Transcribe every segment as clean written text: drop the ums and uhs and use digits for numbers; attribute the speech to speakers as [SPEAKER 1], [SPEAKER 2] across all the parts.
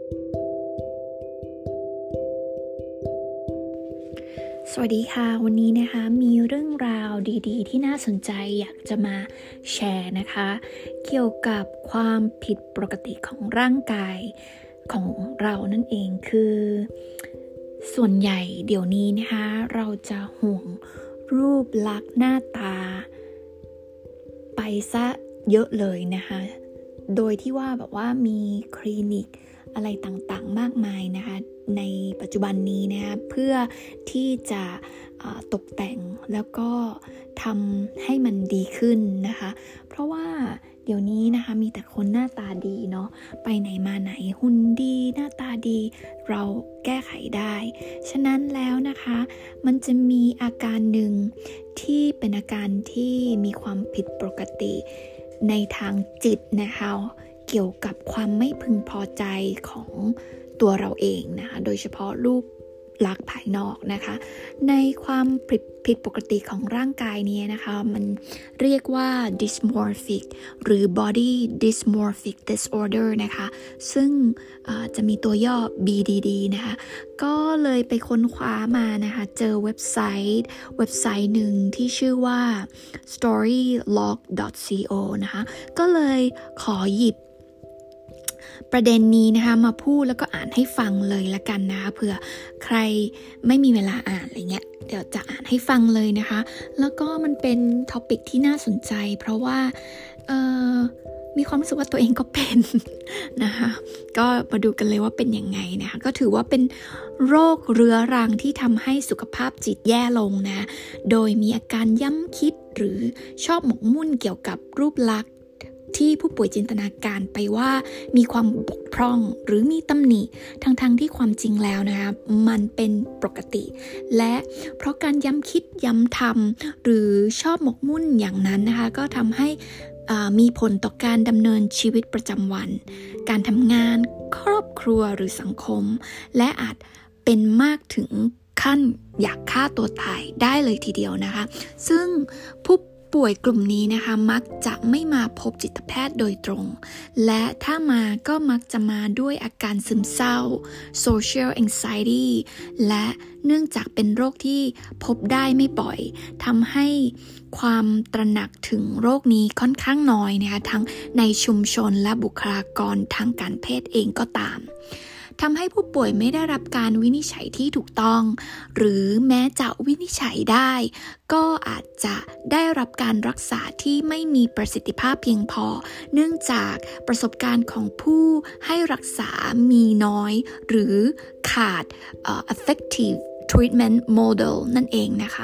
[SPEAKER 1] สวัสดีค่ะวันนี้นะคะมีเรื่องราวดีๆที่น่าสนใจอยากจะมาแชร์นะคะเกี่ยวกับความผิดปกติของร่างกายของเรานั่นเองคือส่วนใหญ่เดี๋ยวนี้นะคะเราจะห่วงรูปลักษณ์หน้าตาไปซะเยอะเลยนะคะโดยที่ว่าแบบว่ามีคลินิกอะไรต่างๆมากมายนะคะในปัจจุบันนี้นะคะเพื่อที่จะตกแต่งแล้วก็ทำให้มันดีขึ้นนะคะเพราะว่าเดี๋ยวนี้นะคะมีแต่คนหน้าตาดีเนาะไปไหนมาไหนหุ่นดีหน้าตาดีเราแก้ไขได้ฉะนั้นแล้วนะคะมันจะมีอาการหนึ่งที่เป็นอาการที่มีความผิดปกติในทางจิตนะคะเกี่ยวกับความไม่พึงพอใจของตัวเราเองนะคะโดยเฉพาะรูปลักษณ์ภายนอกนะคะในความผิดปกติของร่างกายนี้นะคะมันเรียกว่า dysmorphic หรือ body dysmorphic disorder นะคะซึ่งจะมีตัวย่อ BDD นะคะก็เลยไปค้นคว้ามานะคะเจอเว็บไซต์หนึ่งที่ชื่อว่า storylog.co นะคะก็เลยขอหยิบประเด็นนี้นะคะมาพูดแล้วก็อ่านให้ฟังเลยละกันนะคะเผื่อใครไม่มีเวลาอ่านอะไรเงี้ยเดี๋ยวจะอ่านให้ฟังเลยนะคะแล้วก็มันเป็นท็อปิกที่น่าสนใจเพราะว่ามีความรู้สึกว่าตัวเองก็เป็นนะคะก็มาดูกันเลยว่าเป็นยังไงนะคะก็ถือว่าเป็นโรคเรื้อรังที่ทำให้สุขภาพจิตแย่ลงนะโดยมีอาการย้ำคิดหรือชอบหมกมุ่นเกี่ยวกับรูปลักษณ์ที่ผู้ป่วยจินตนาการไปว่ามีความบกพร่องหรือมีตำหนิทั้งที่ความจริงแล้วนะคะมันเป็นปกติและเพราะการย้ำคิดย้ำทำหรือชอบหมกมุ่นอย่างนั้นนะคะก็ทำให้มีผลต่อการดำเนินชีวิตประจำวันการทำงานครอบครัวหรือสังคมและอาจเป็นมากถึงขั้นอยากฆ่าตัวตายได้เลยทีเดียวนะคะซึ่งผู้ป่วยกลุ่มนี้นะคะมักจะไม่มาพบจิตแพทย์โดยตรงและถ้ามาก็มักจะมาด้วยอาการซึมเศร้า social anxiety และเนื่องจากเป็นโรคที่พบได้ไม่บ่อยทำให้ความตระหนักถึงโรคนี้ค่อนข้างน้อยนะคะทั้งในชุมชนและบุคลากรทางการแพทย์เองก็ตามทำให้ผู้ป่วยไม่ได้รับการวินิจฉัยที่ถูกต้องหรือแม้จะวินิจฉัยได้ก็อาจจะได้รับการรักษาที่ไม่มีประสิทธิภาพเพียงพอเนื่องจากประสบการณ์ของผู้ให้รักษามีน้อยหรือขาดeffective treatment model นั่นเองนะคะ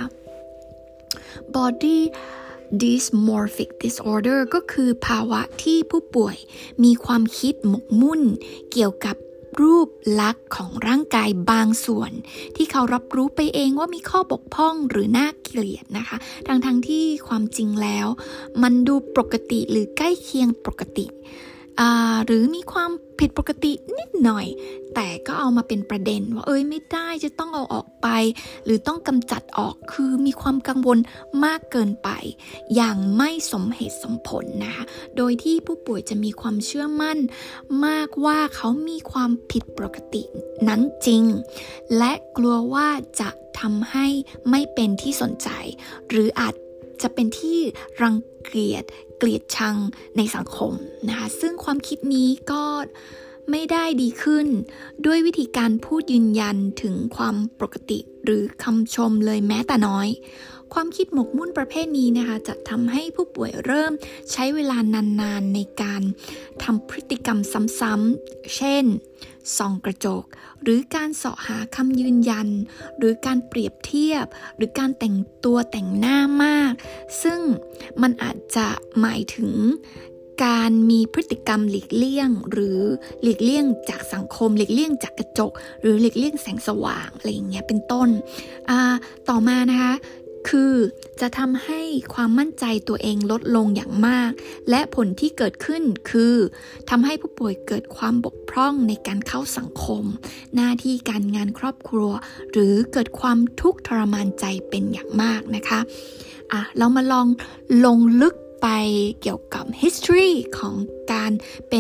[SPEAKER 1] body dysmorphic disorder ก็คือภาวะที่ผู้ป่วยมีความคิดหมกมุ่นเกี่ยวกับรูปลักษณ์ของร่างกายบางส่วนที่เขารับรู้ไปเองว่ามีข้อบกพร่องหรือน่าเกลียดนะคะทั้งที่ความจริงแล้วมันดูปกติหรือใกล้เคียงปกติหรือมีความผิดปกตินิดหน่อยแต่ก็เอามาเป็นประเด็นว่าไม่ได้จะต้องเอาออกไปหรือต้องกำจัดออกคือมีความกังวลมากเกินไปอย่างไม่สมเหตุสมผลนะคะโดยที่ผู้ป่วยจะมีความเชื่อมั่นมากว่าเขามีความผิดปกตินั้นจริงและกลัวว่าจะทำให้ไม่เป็นที่สนใจหรืออาจจะเป็นที่รังเกียจเกลียดชังในสังคมนะคะซึ่งความคิดนี้ก็ไม่ได้ดีขึ้นด้วยวิธีการพูดยืนยันถึงความปกติหรือคำชมเลยแม้แต่น้อยความคิดหมกมุ่นประเภทนี้นะคะจะทำให้ผู้ป่วยเริ่มใช้เวลานานๆในการทำพฤติกรรมซ้ำๆเช่นส่องกระจกหรือการเสาะหาคำยืนยันหรือการเปรียบเทียบหรือการแต่งตัวแต่งหน้ามากซึ่งมันอาจจะหมายถึงการมีพฤติกรรมหลีกเลี่ยงหรือหลีกเลี่ยงจากสังคมหลีกเลี่ยงจากกระจกหรือหลีกเลี่ยงแสงสว่างอะไรอย่างเงี้ยเป็นต้นต่อมานะคะคือจะทำให้ความมั่นใจตัวเองลดลงอย่างมากและผลที่เกิดขึ้นคือทำให้ผู้ป่วยเกิดความบกพร่องในการเข้าสังคมหน้าที่การงานครอบครัวหรือเกิดความทุกข์ทรมานใจเป็นอย่างมากนะคะเรามาลองลงลึกไปเกี่ยวกับ history ของการเป็น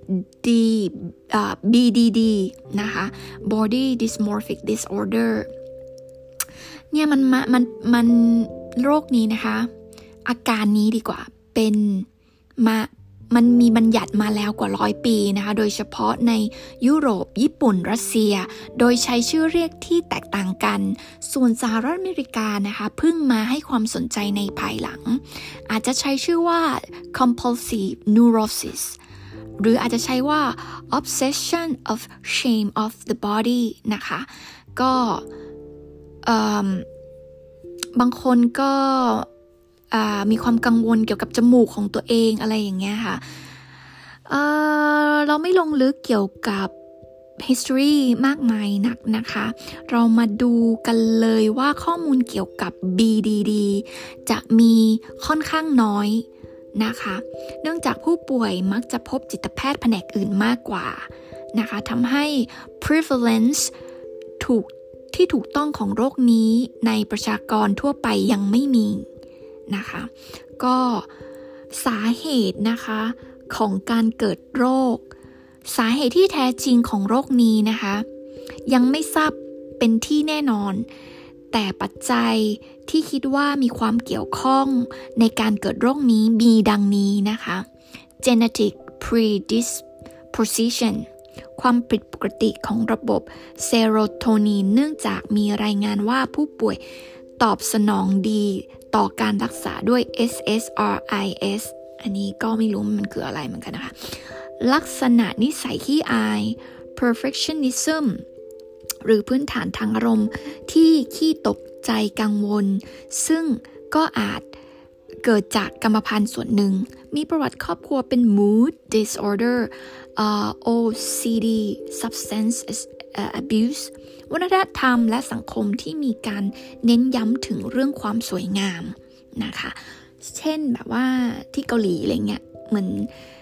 [SPEAKER 1] BDD นะคะ body dysmorphic disorder เนี่ยมันโรคนี้นะคะอาการนี้ดีกว่าเป็นมันมีบัญญัติมาแล้วกว่า100 ปีนะคะโดยเฉพาะในยุโรปญี่ปุ่นรัสเซียโดยใช้ชื่อเรียกที่แตกต่างกันส่วนสหรัฐอเมริกานะคะเพิ่งมาให้ความสนใจในภายหลังอาจจะใช้ชื่อว่า compulsive neurosis หรืออาจจะใช้ว่า obsession of shame of the body นะคะก็บางคนก็มีความกังวลเกี่ยวกับจมูกของตัวเองอะไรอย่างเงี้ยค่ะเราไม่ลงลึกเกี่ยวกับ history มากมายนักนะคะเรามาดูกันเลยว่าข้อมูลเกี่ยวกับ BDD จะมีค่อนข้างน้อยนะคะเนื่องจากผู้ป่วยมักจะพบจิตแพทย์แผนกอื่นมากกว่านะคะทำให้ prevalence ที่ถูกต้องของโรคนี้ในประชากรทั่วไปยังไม่มีนะคะก็สาเหตุนะคะของการเกิดโรคสาเหตุที่แท้จริงของโรคนี้นะคะยังไม่ทราบเป็นที่แน่นอนแต่ปัจจัยที่คิดว่ามีความเกี่ยวข้องในการเกิดโรคนี้มีดังนี้นะคะ genetic predisposition ความผิดปกติของระบบเซโรโทนินเนื่องจากมีรายงานว่าผู้ป่วยตอบสนองดีต่อการรักษาด้วย SSRIs อันนี้ก็ไม่รู้มันคืออะไรเหมือนกันนะคะลักษณะนิสัยขี้อาย perfectionism หรือพื้นฐานทางอารมณ์ที่ขี้ตกใจกังวลซึ่งก็อาจเกิดจากกรรมพันธุ์ส่วนหนึ่งมีประวัติครอบครัวเป็น mood disorder OCD substance abuse วัฒนธรรมและสังคมที่มีการเน้นย้ำถึงเรื่องความสวยงามนะคะเช่นแบบว่าที่เกาหลีอะไรเงี้ยเหมือน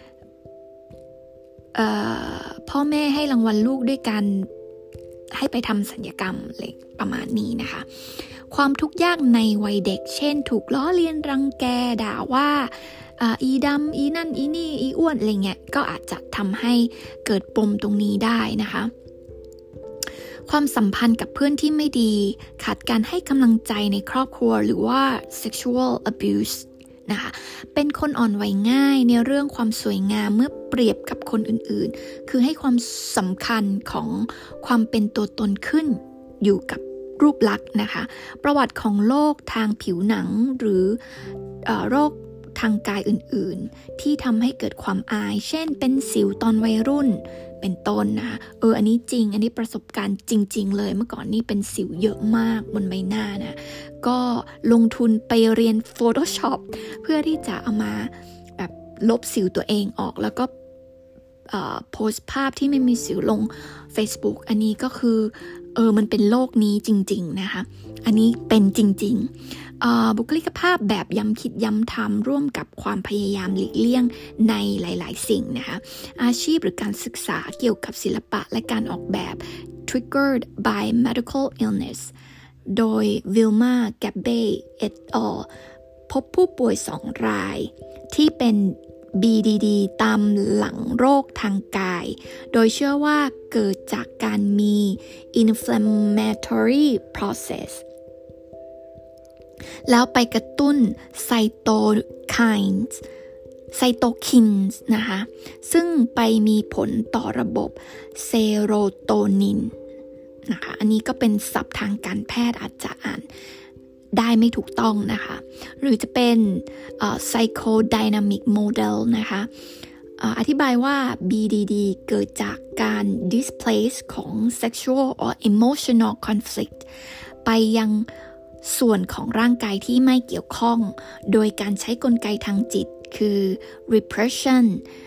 [SPEAKER 1] พ่อแม่ให้รางวัลลูกด้วยการให้ไปทำศัลยกรรมอะไรประมาณนี้นะคะความทุกข์ยากในวัยเด็กเช่นถูกล้อเลียนรังแกด่าว่าอีดำอีนั่นอีนี่อีอ้วนอะไรเงี้ยก็อาจจะทำให้เกิดปมตรงนี้ได้นะคะความสัมพันธ์กับเพื่อนที่ไม่ดีขาดการให้กำลังใจในครอบครัวหรือว่า sexual abuse นะคะเป็นคนอ่อนไหวง่ายในเรื่องความสวยงามเมื่อเปรียบกับคนอื่นๆคือให้ความสำคัญของความเป็นตัวตนขึ้นอยู่กับรูปลักษณ์นะคะประวัติของโรคทางผิวหนังหรือโรคทางกายอื่นๆที่ทำให้เกิดความอายเช่นเป็นสิวตอนวัยรุ่นเป็นต้นนะคะอันนี้จริงอันนี้ประสบการณ์จริงๆเลยเมื่อก่อนนี่เป็นสิวเยอะมากบนใบหน้านะก็ลงทุนไปเรียน Photoshop เพื่อที่จะเอามาแบบลบสิวตัวเองออกแล้วก็โพสต์ภาพที่ไม่มีสิวลง Facebook อันนี้ก็คือมันเป็นโรคนี้จริงๆนะคะอันนี้เป็นจริงๆบุคลิกภาพแบบย้ำคิดย้ำทำร่วมกับความพยายามหลีกเลี่ยงในหลายๆสิ่งนะคะอาชีพหรือการศึกษาเกี่ยวกับศิลปะและการออกแบบ triggered by medical illness โดย Vilma Gabay et al. พบผู้ป่วย2 รายที่เป็นBDD ตามหลังโรคทางกายโดยเชื่อว่าเกิดจากการมี inflammatory process แล้วไปกระตุ้นไซโตคินส์นะคะซึ่งไปมีผลต่อระบบเซโรโทนินนะคะอันนี้ก็เป็นศัพท์ทางการแพทย์อาจจะอ่านได้ไม่ถูกต้องนะคะหรือจะเป็นpsychodynamic model นะคะอธิบายว่า BDD เกิดจากการ displace ของ sexual or emotional conflict ไปยังส่วนของร่างกายที่ไม่เกี่ยวข้องโดยการใช้กลไกทางจิตคือ repression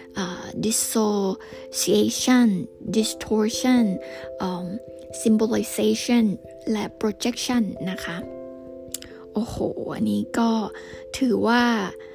[SPEAKER 1] dissociation distortion symbolization และ projection นะคะโอ้โหอันนี้ก็ถือว่า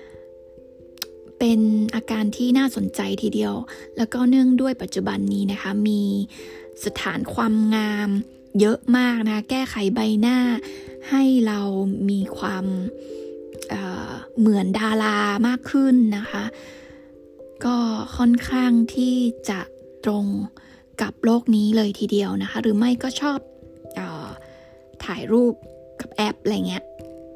[SPEAKER 1] เป็นอาการที่น่าสนใจทีเดียวแล้วก็เนื่องด้วยปัจจุบันนี้นะคะมีสถานความงามเยอะมากนะแก้ไขใบหน้าให้เรามีความเหมือนดารามากขึ้นนะคะก็ค่อนข้างที่จะตรงกับโลกนี้เลยทีเดียวนะคะหรือไม่ก็ชอบถ่ายรูปกับแอปอะไรเงี้ย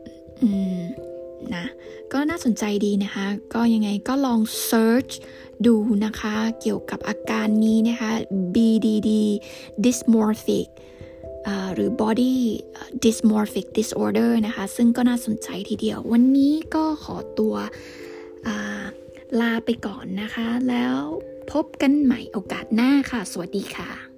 [SPEAKER 1] นะก็น่าสนใจดีนะคะก็ยังไงก็ลอง search ดูนะคะเกี่ยวกับอาการนี้นะคะ BDD dysmorphicหรือ body dysmorphic disorder นะคะซึ่งก็น่าสนใจทีเดียววันนี้ก็ขอตัวลาไปก่อนนะคะแล้วพบกันใหม่โอกาสหน้าค่ะสวัสดีค่ะ